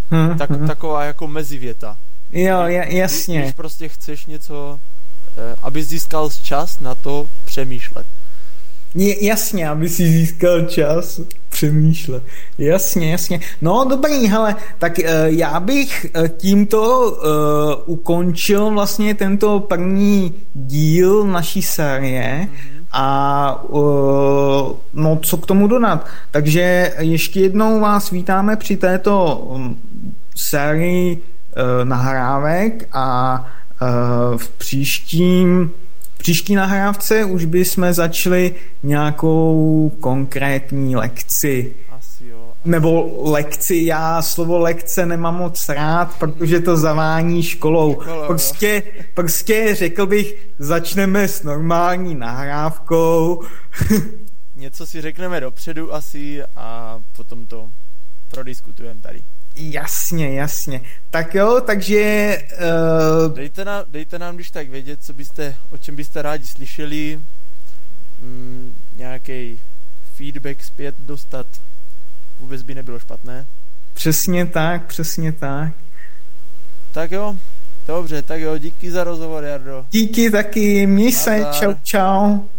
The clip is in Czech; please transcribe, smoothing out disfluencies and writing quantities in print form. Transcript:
Taková jako mezivěta. Jo, jasně. Když prostě chceš něco, aby získal čas na to přemýšlet. Jasně, aby si získal čas přemýšlet. Jasně. No dobrý, hele, tak já bych tímto ukončil vlastně tento první díl naší série a no co k tomu dodat. Takže ještě jednou vás vítáme při této sérii nahrávek a v příští nahrávce už bychom začali nějakou konkrétní lekci. Asi jo. Nebo lekci, já slovo lekce nemám moc rád, protože to zavání školou. Prostě řekl bych, začneme s normální nahrávkou. Něco si řekneme dopředu asi a potom to prodiskutujeme tady. Jasně. Tak jo, takže... Dejte nám když tak vědět, o čem byste rádi slyšeli, nějaký feedback zpět dostat, vůbec by nebylo špatné. Přesně tak. Tak jo, dobře, díky za rozhovor, Jardo. Díky taky, měj se, čau.